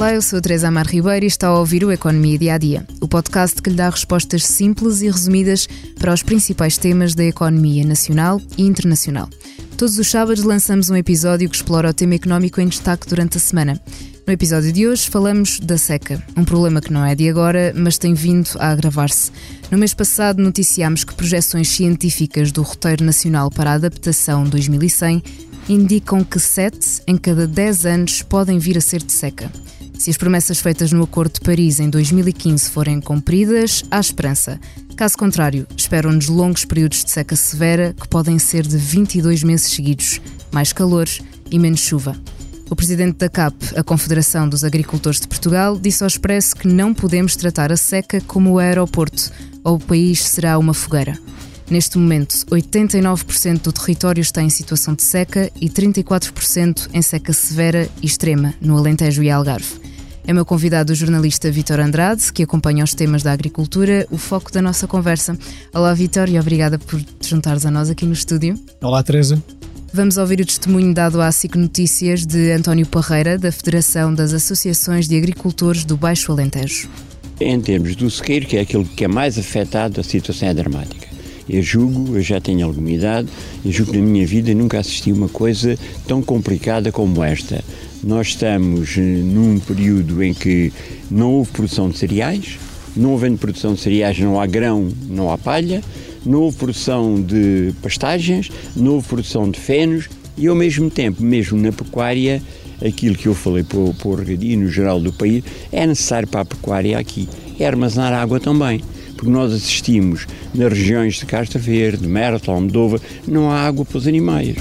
Olá, eu sou a Teresa Amar Ribeiro e está a ouvir o Economia Dia a Dia, o podcast que lhe dá respostas simples e resumidas para os principais temas da economia nacional e internacional. Todos os sábados lançamos um episódio que explora o tema económico em destaque durante a semana. No episódio de hoje falamos da seca, um problema que não é de agora, mas tem vindo a agravar-se. No mês passado noticiámos que projeções científicas do Roteiro Nacional para a Adaptação 2100 indicam que 7 em cada 10 anos podem vir a ser de seca. Se as promessas feitas no Acordo de Paris em 2015 forem cumpridas, há esperança. Caso contrário, esperam-nos longos períodos de seca severa que podem ser de 22 meses seguidos, mais calor e menos chuva. O presidente da CAP, a Confederação dos Agricultores de Portugal, disse ao Expresso que não podemos tratar a seca como o aeroporto, ou o país será uma fogueira. Neste momento, 89% do território está em situação de seca e 34% em seca severa e extrema, no Alentejo e Algarve. É meu convidado o jornalista Vítor Andrade, que acompanha os temas da agricultura, o foco da nossa conversa. Olá, Vítor, e obrigada por te juntares a nós aqui no estúdio. Olá, Teresa. Vamos ouvir o testemunho dado à SIC Notícias de António Parreira, da Federação das Associações de Agricultores do Baixo Alentejo. Em termos do sequeiro, que é aquilo que é mais afetado, a situação é dramática. Eu já tenho alguma idade, julgo que na minha vida nunca assisti a uma coisa tão complicada como esta. Nós estamos num período em que não houve produção de cereais, não havendo produção de cereais não há grão, não há palha, não houve produção de pastagens, não houve produção de fenos e ao mesmo tempo, mesmo na pecuária, aquilo que eu falei para o regadio no geral do país, é necessário para a pecuária aqui, é armazenar água também. Porque nós assistimos nas regiões de Castro Verde, Mértola, Almodóvar, não há água para os animais.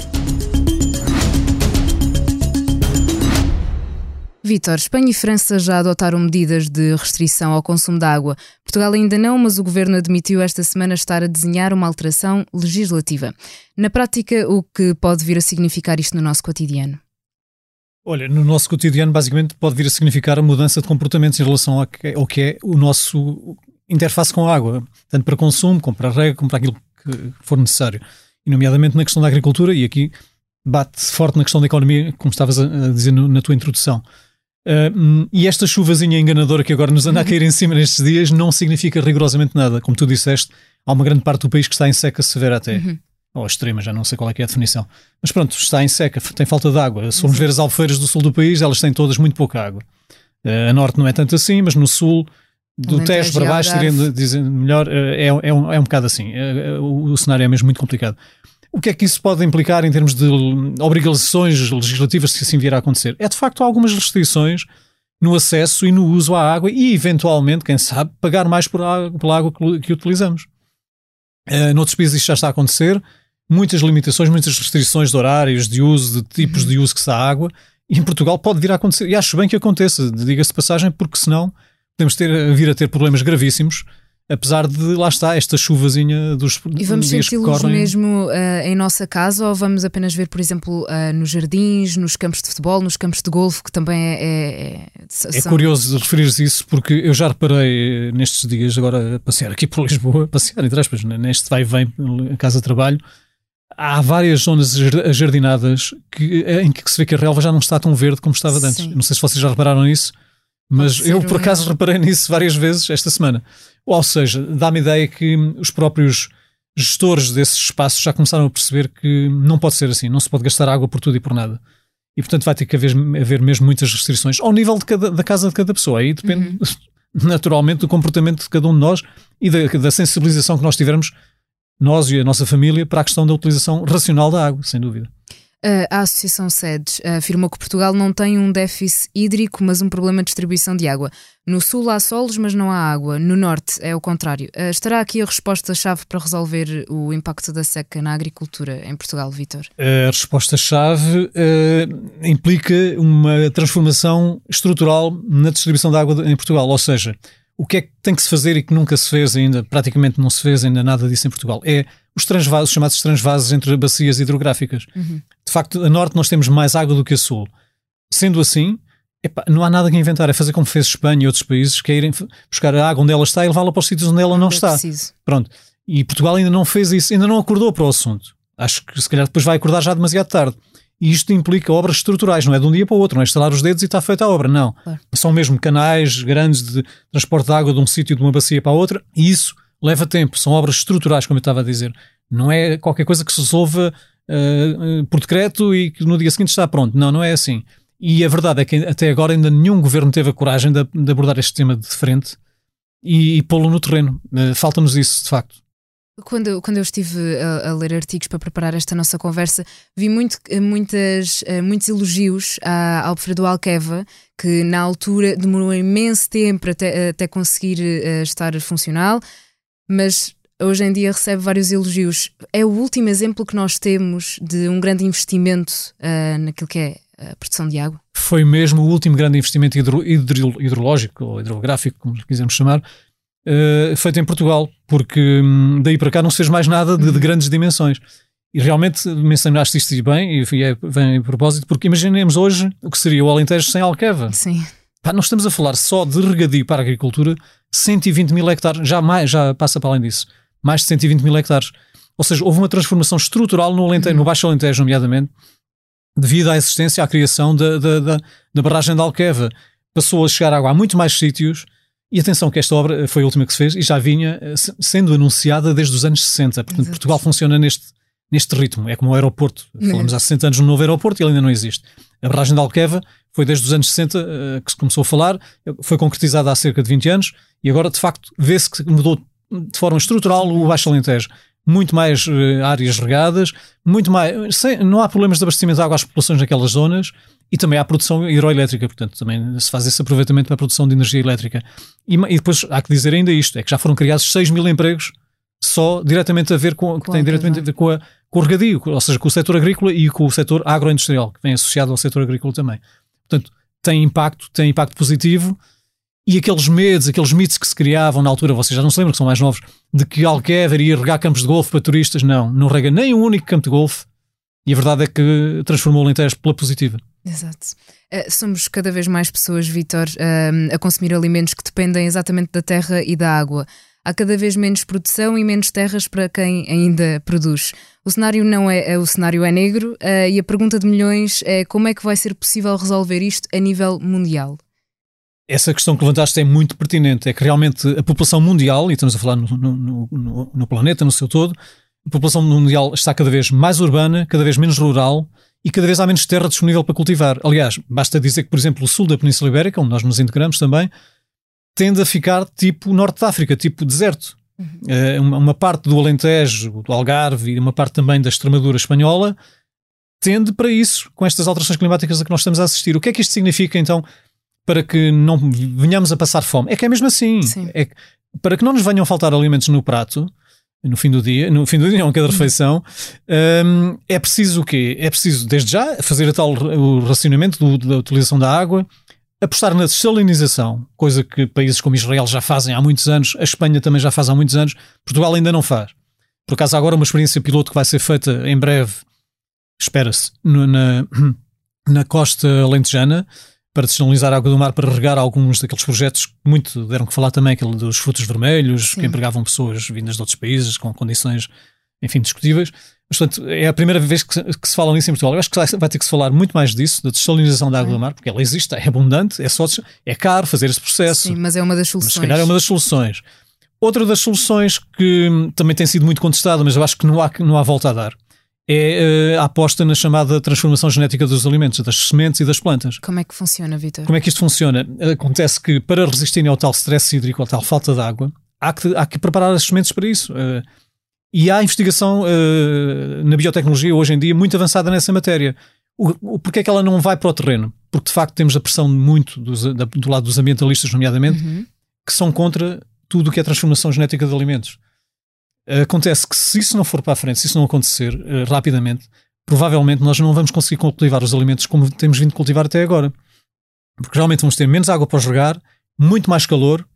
Vítor, Espanha e França já adotaram medidas de restrição ao consumo de água. Portugal ainda não, mas o Governo admitiu esta semana estar a desenhar uma alteração legislativa. Na prática, o que pode vir a significar isto no nosso cotidiano? Olha, no nosso cotidiano, basicamente, pode vir a significar a mudança de comportamentos em relação ao que é o nosso interface com a água, tanto para consumo, como para rega, como para aquilo que for necessário. E nomeadamente na questão da agricultura, e aqui bate forte na questão da economia, como estavas a dizer na tua introdução. E esta chuvazinha enganadora que agora nos anda a cair em cima nestes dias não significa rigorosamente nada. Como tu disseste, há uma grande parte do país que está em seca severa até. Ou extrema, já não sei qual é que é a definição. Mas pronto, está em seca, tem falta de água. Se formos ver as albufeiras do sul do país, elas têm todas muito pouca água. A norte não é tanto assim, mas no sul, do Tejo para baixo, dizendo melhor, é um bocado assim. O cenário é mesmo muito complicado. O que é que isso pode implicar em termos de obrigações legislativas, se assim vier a acontecer? É de facto algumas restrições no acesso e no uso à água e, eventualmente, quem sabe, pagar mais pela água que utilizamos. Noutros países isto já está a acontecer. Muitas limitações, muitas restrições de horários, de uso, de tipos de uso que se dá à água. E em Portugal pode vir a acontecer. E acho bem que aconteça, diga-se de passagem, porque senão podemos vir a ter problemas gravíssimos, apesar de, lá está, esta chuvazinha dos dias que correm. E vamos senti-los mesmo em nossa casa, ou vamos apenas ver, por exemplo, nos jardins, nos campos de futebol, nos campos de golfe, que também É curioso referir-se isso, porque eu já reparei nestes dias, agora a passear aqui por Lisboa, passear entre aspas, neste vai e vem, a casa de trabalho, há várias zonas ajardinadas em que se vê que a relva já não está tão verde como estava antes. Não sei se vocês já repararam nisso, mas eu por acaso reparei nisso várias vezes esta semana. Ou seja, dá-me a ideia que os próprios gestores desses espaços já começaram a perceber que não pode ser assim, não se pode gastar água por tudo e por nada. E portanto vai ter que haver mesmo muitas restrições ao nível da casa de cada pessoa. Aí depende naturalmente do comportamento de cada um de nós e da sensibilização que nós tivermos, nós e a nossa família, para a questão da utilização racional da água, sem dúvida. A Associação SEDES afirmou que Portugal não tem um déficit hídrico, mas um problema de distribuição de água. No sul há solos, mas não há água. No norte é o contrário. Estará aqui a resposta-chave para resolver o impacto da seca na agricultura em Portugal, Vítor? A resposta-chave implica uma transformação estrutural na distribuição de água em Portugal. Ou seja, o que é que tem que se fazer e que nunca se fez ainda, praticamente não se fez ainda nada disso em Portugal, é os transvasos, chamados transvasos entre bacias hidrográficas. De facto, a norte nós temos mais água do que a sul. Sendo assim, não há nada que inventar, é fazer como fez Espanha e outros países, que é irem buscar a água onde ela está e levá-la para os sítios onde ela não está. Preciso. Pronto. E Portugal ainda não fez isso, ainda não acordou para o assunto. Acho que se calhar depois vai acordar já demasiado tarde. e isto implica obras estruturais, não é de um dia para o outro, não é estalar os dedos e está feita a obra, não. Claro. São mesmo canais grandes de transporte de água de um sítio, de uma bacia para a outra, e isso leva tempo, são obras estruturais, como eu estava a dizer. Não é qualquer coisa que se resolva por decreto e que no dia seguinte está pronto. Não é assim. E a verdade é que até agora ainda nenhum governo teve a coragem de abordar este tema de frente e pô-lo no terreno. Falta-nos isso, de facto. Quando eu estive a ler artigos para preparar esta nossa conversa, vi muitos elogios a Alfredo Alqueva, que na altura demorou imenso tempo até conseguir estar funcional, mas hoje em dia recebe vários elogios. É o último exemplo que nós temos de um grande investimento naquilo que é a produção de água? Foi mesmo o último grande investimento hidrológico ou hidrográfico, como quisermos chamar, feito em Portugal, porque daí para cá não se fez mais nada de grandes dimensões. E realmente mencionaste isto bem, e vem a propósito, porque imaginemos hoje o que seria o Alentejo sem Alqueva. Sim. Nós estamos a falar só de regadio para a agricultura, 120 mil hectares, já passa para além disso, mais de 120 mil hectares. Ou seja, houve uma transformação estrutural no Alentejo, no Baixo Alentejo, nomeadamente, devido à existência, à criação da barragem de Alqueva. Passou a chegar água a muito mais sítios. E atenção que esta obra foi a última que se fez e já vinha sendo anunciada desde os anos 60. Portanto, exato. Portugal funciona neste ritmo. É como o aeroporto. Falamos há 60 anos no novo aeroporto e ele ainda não existe. A barragem de Alqueva foi desde os anos 60 que se começou a falar, foi concretizada há cerca de 20 anos e agora, de facto, vê-se que mudou de forma estrutural o Baixo Alentejo. Muito mais áreas regadas, muito mais, não há problemas de abastecimento de água às populações naquelas zonas. E também há produção hidroelétrica, portanto também se faz esse aproveitamento para a produção de energia elétrica. E depois há que dizer ainda isto, é que já foram criados 6 mil empregos só diretamente a ver que têm diretamente a ver com o regadio, ou seja, com o setor agrícola e com o setor agroindustrial, que vem associado ao setor agrícola também. Portanto, tem impacto positivo. E aqueles medos, aqueles mitos que se criavam na altura, vocês já não se lembram, que são mais novos, de que Alqueva iria regar campos de golfe para turistas, não rega nem um único campo de golfe. E a verdade é que transformou o Alentejo pela positiva. Exato. Somos cada vez mais pessoas, Vítor, a consumir alimentos que dependem exatamente da terra e da água. Há cada vez menos produção e menos terras para quem ainda produz. O cenário o cenário é negro e a pergunta de milhões é como é que vai ser possível resolver isto a nível mundial? Essa questão que levantaste é muito pertinente. É que realmente a população mundial, e estamos a falar no planeta, no seu todo, a população mundial está cada vez mais urbana, cada vez menos rural e cada vez há menos terra disponível para cultivar. Aliás, basta dizer que, por exemplo, o sul da Península Ibérica, onde nós nos integramos também, tende a ficar tipo Norte de África, tipo deserto. Uma parte do Alentejo, do Algarve e uma parte também da Extremadura espanhola tende para isso, com estas alterações climáticas a que nós estamos a assistir. O que é que isto significa, então, para que não venhamos a passar fome? É que é mesmo assim. É que, para que não nos venham a faltar alimentos no prato, no fim do dia, não, cada refeição, é preciso o quê? É preciso, desde já, fazer o racionamento da utilização da água, apostar na dessalinização, coisa que países como Israel já fazem há muitos anos, a Espanha também já faz há muitos anos, Portugal ainda não faz. Por acaso, agora uma experiência piloto que vai ser feita em breve, espera-se, na costa alentejana, para desalinizar a água do mar, para regar alguns daqueles projetos que muito deram que falar também, aquele dos frutos vermelhos, que empregavam pessoas vindas de outros países com condições, enfim, discutíveis. Mas, portanto, é a primeira vez que se fala nisso em Portugal. Eu acho que vai ter que se falar muito mais disso, da desalinização da água do mar, porque ela existe, é abundante, é caro fazer esse processo. Sim, mas é uma das soluções. Mas se calhar é uma das soluções. Outra das soluções que também tem sido muito contestada, mas eu acho que não há volta a dar, é a aposta na chamada transformação genética dos alimentos, das sementes e das plantas. Como é que funciona, Vítor? Como é que isto funciona? Acontece que para resistirem ao tal stress hídrico, à tal falta de água, há que preparar as sementes para isso. E há investigação na biotecnologia hoje em dia muito avançada nessa matéria. Porquê é que ela não vai para o terreno? Porque de facto temos a pressão muito do lado dos ambientalistas, nomeadamente, que são contra tudo o que é transformação genética de alimentos. Acontece que se isso não for para a frente, se isso não acontecer rapidamente, provavelmente nós não vamos conseguir cultivar os alimentos como temos vindo a cultivar até agora. Porque realmente vamos ter menos água para os regar, muito mais calor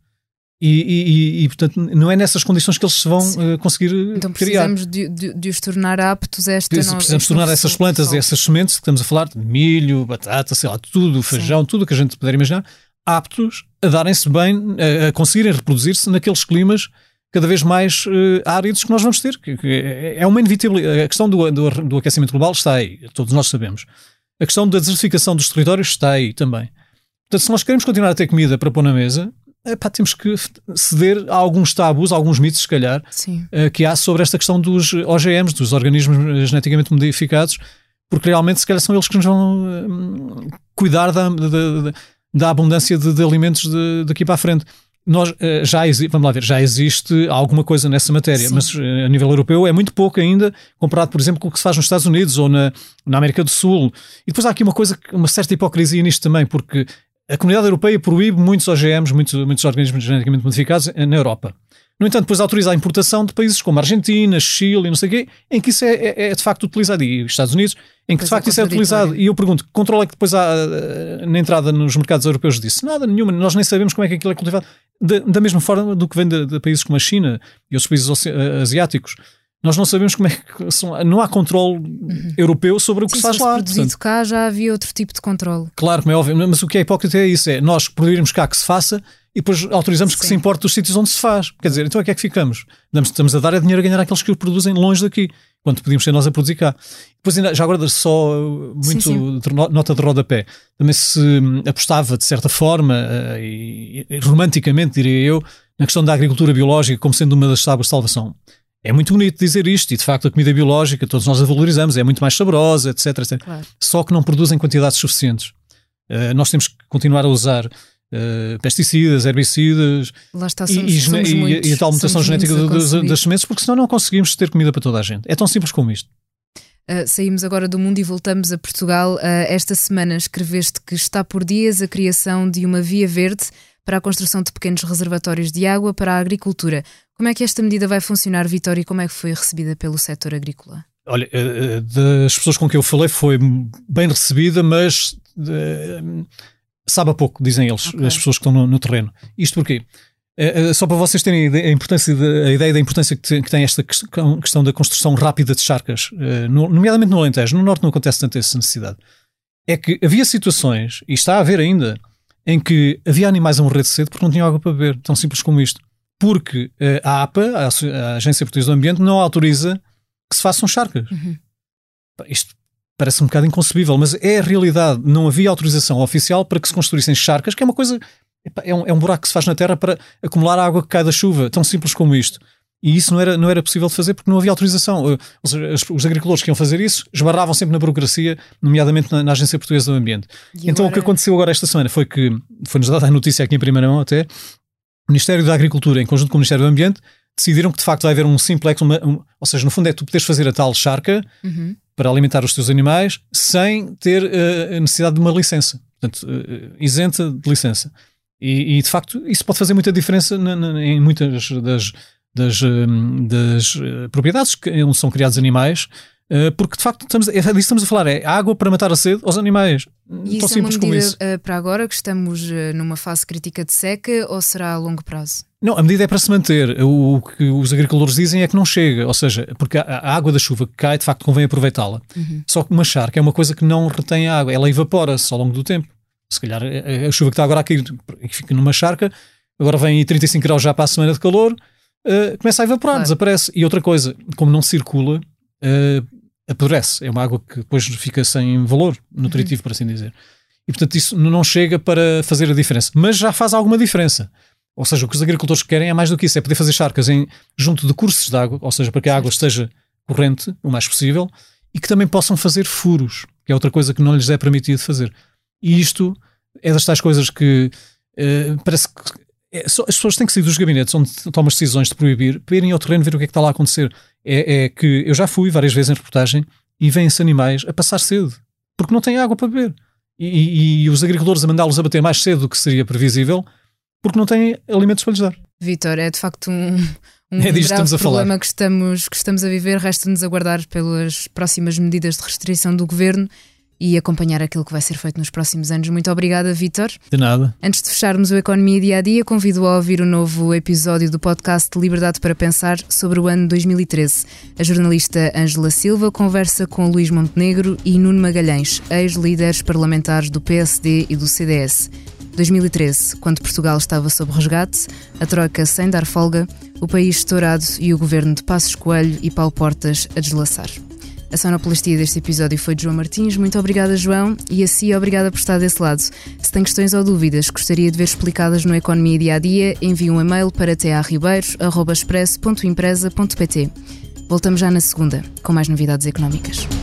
e portanto, não é nessas condições que eles se vão conseguir então criar. Então precisamos de os tornar aptos a esta Precisamos tornar essas plantas e essas sementes que estamos a falar, de milho, batata, sei lá, tudo, feijão, tudo o que a gente puder imaginar, aptos a darem-se bem, a conseguirem reproduzir-se naqueles climas cada vez mais áridos que nós vamos ter. É uma inevitabilidade. A questão do aquecimento global está aí, todos nós sabemos. A questão da desertificação dos territórios está aí também. Portanto, se nós queremos continuar a ter comida para pôr na mesa, temos que ceder a alguns tabus, a alguns mitos, se calhar, que há sobre esta questão dos OGMs, dos organismos geneticamente modificados, porque realmente, se calhar, são eles que nos vão cuidar da abundância de alimentos daqui para a frente. Nós, já existe alguma coisa nessa matéria, mas a nível europeu é muito pouco ainda, comparado, por exemplo, com o que se faz nos Estados Unidos ou na América do Sul. E depois há aqui uma certa hipocrisia nisto também, porque a comunidade europeia proíbe muitos OGMs, muitos organismos geneticamente modificados na Europa. No entanto, depois autoriza a importação de países como a Argentina, Chile e não sei o quê, em que isso é de facto utilizado, e os Estados Unidos, em que de facto isso é utilizado. E eu pergunto, que controle é que depois há na entrada nos mercados europeus disso? Nada, nenhuma. Nós nem sabemos como é que aquilo é cultivado. Da mesma forma do que vem de países como a China e outros países asiáticos. Nós não sabemos como é que não há controle europeu sobre o que se faz lá. Se produzido cá já havia outro tipo de controle. Claro, como é óbvio, mas o que é hipócrita é isso, é nós proibirmos cá que se faça e depois autorizamos que se importe dos sítios onde se faz. Quer dizer, então a que é que ficamos? Estamos a dar dinheiro a ganhar àqueles que o produzem longe daqui, quando podíamos ser nós a produzir cá. Depois ainda, já agora só nota de rodapé, também se apostava de certa forma e romanticamente, diria eu, na questão da agricultura biológica como sendo uma das tábuas de salvação. É muito bonito dizer isto, e de facto a comida biológica todos nós a valorizamos, é muito mais saborosa, etc, etc. Claro. Só que não produzem quantidades suficientes. Nós temos que continuar a usar pesticidas, herbicidas e a tal mutação genética das sementes, porque senão não conseguimos ter comida para toda a gente. É tão simples como isto. Saímos agora do mundo e voltamos a Portugal. Esta semana escreveste que está por dias a criação de uma via verde para a construção de pequenos reservatórios de água para a agricultura. Como é que esta medida vai funcionar, Vítor, e como é que foi recebida pelo setor agrícola? Olha, das pessoas com quem eu falei foi bem recebida, mas sabe a pouco, dizem eles, as pessoas que estão no terreno. Isto porquê? Só para vocês terem a ideia da importância que tem esta questão da construção rápida de charcas, nomeadamente no Alentejo. No Norte não acontece tanto essa necessidade. É que havia situações, e está a haver ainda, em que havia animais a morrer de sede porque não tinham água para beber, tão simples como isto. Porque a APA, a Agência Portuguesa do Ambiente, não autoriza que se façam charcas. Isto parece um bocado inconcebível, mas é a realidade. Não havia autorização oficial para que se construíssem charcas, que é uma coisa... É um buraco que se faz na terra para acumular a água que cai da chuva, tão simples como isto. E isso não era possível de fazer porque não havia autorização. Ou seja, os agricultores que iam fazer isso esbarravam sempre na burocracia, nomeadamente na Agência Portuguesa do Ambiente. Então o que aconteceu agora esta semana foi que, foi-nos dada a notícia aqui em primeira mão até, o Ministério da Agricultura, em conjunto com o Ministério do Ambiente, decidiram que de facto vai haver um simplex, ou seja, no fundo é tu poderes fazer a tal charca para alimentar os teus animais sem ter a necessidade de uma licença. Portanto, isenta de licença. E de facto isso pode fazer muita diferença em muitas das propriedades onde são criados animais, porque de facto estamos a falar, é água para matar a sede aos animais. E isso é uma medida para agora, que estamos numa fase crítica de seca, ou será a longo prazo? Não, a medida é para se manter. O que os agricultores dizem é que não chega, ou seja, porque a água da chuva que cai, de facto convém aproveitá-la. Só que uma charca é uma coisa que não retém a água, ela evapora-se ao longo do tempo. Se calhar a chuva que está agora a cair, que fica numa charca, agora vem aí 35 graus já para a semana de calor, começa a evaporar, desaparece. E outra coisa, como não circula, apodrece. É uma água que depois fica sem valor nutritivo, por assim dizer. E portanto isso não chega para fazer a diferença. Mas já faz alguma diferença. Ou seja, o que os agricultores querem é mais do que isso, é poder fazer charcas junto de cursos de água, ou seja, para que a água esteja corrente o mais possível, e que também possam fazer furos, que é outra coisa que não lhes é permitido fazer. E isto é das tais coisas que parece que as pessoas têm que sair dos gabinetes onde tomam as decisões de proibir para irem ao terreno ver o que é que está lá a acontecer. É que eu já fui várias vezes em reportagem e vêm-se animais a passar sede porque não têm água para beber. E os agricultores a mandá-los a bater mais cedo do que seria previsível porque não têm alimentos para lhes dar. Vítor, é de facto um grave problema que estamos a viver. Resta-nos aguardar pelas próximas medidas de restrição do Governo e acompanhar aquilo que vai ser feito nos próximos anos. Muito obrigada, Vítor. De nada. Antes de fecharmos o Economia Dia a Dia, convido a ouvir o novo episódio do podcast Liberdade para Pensar sobre o ano 2013. A jornalista Ângela Silva conversa com Luís Montenegro e Nuno Magalhães, ex-líderes parlamentares do PSD e do CDS. 2013, quando Portugal estava sob resgate, a troika sem dar folga, o país estourado e o governo de Passos Coelho e Paulo Portas a deslaçar. A sonoplastia deste episódio foi de João Martins. Muito obrigada, João, e a si obrigada por estar desse lado. Se tem questões ou dúvidas que gostaria de ver explicadas no Economia Dia a Dia, envie um e-mail para tearribeiros@expresso.empresa.pt. Voltamos já na segunda, com mais novidades económicas.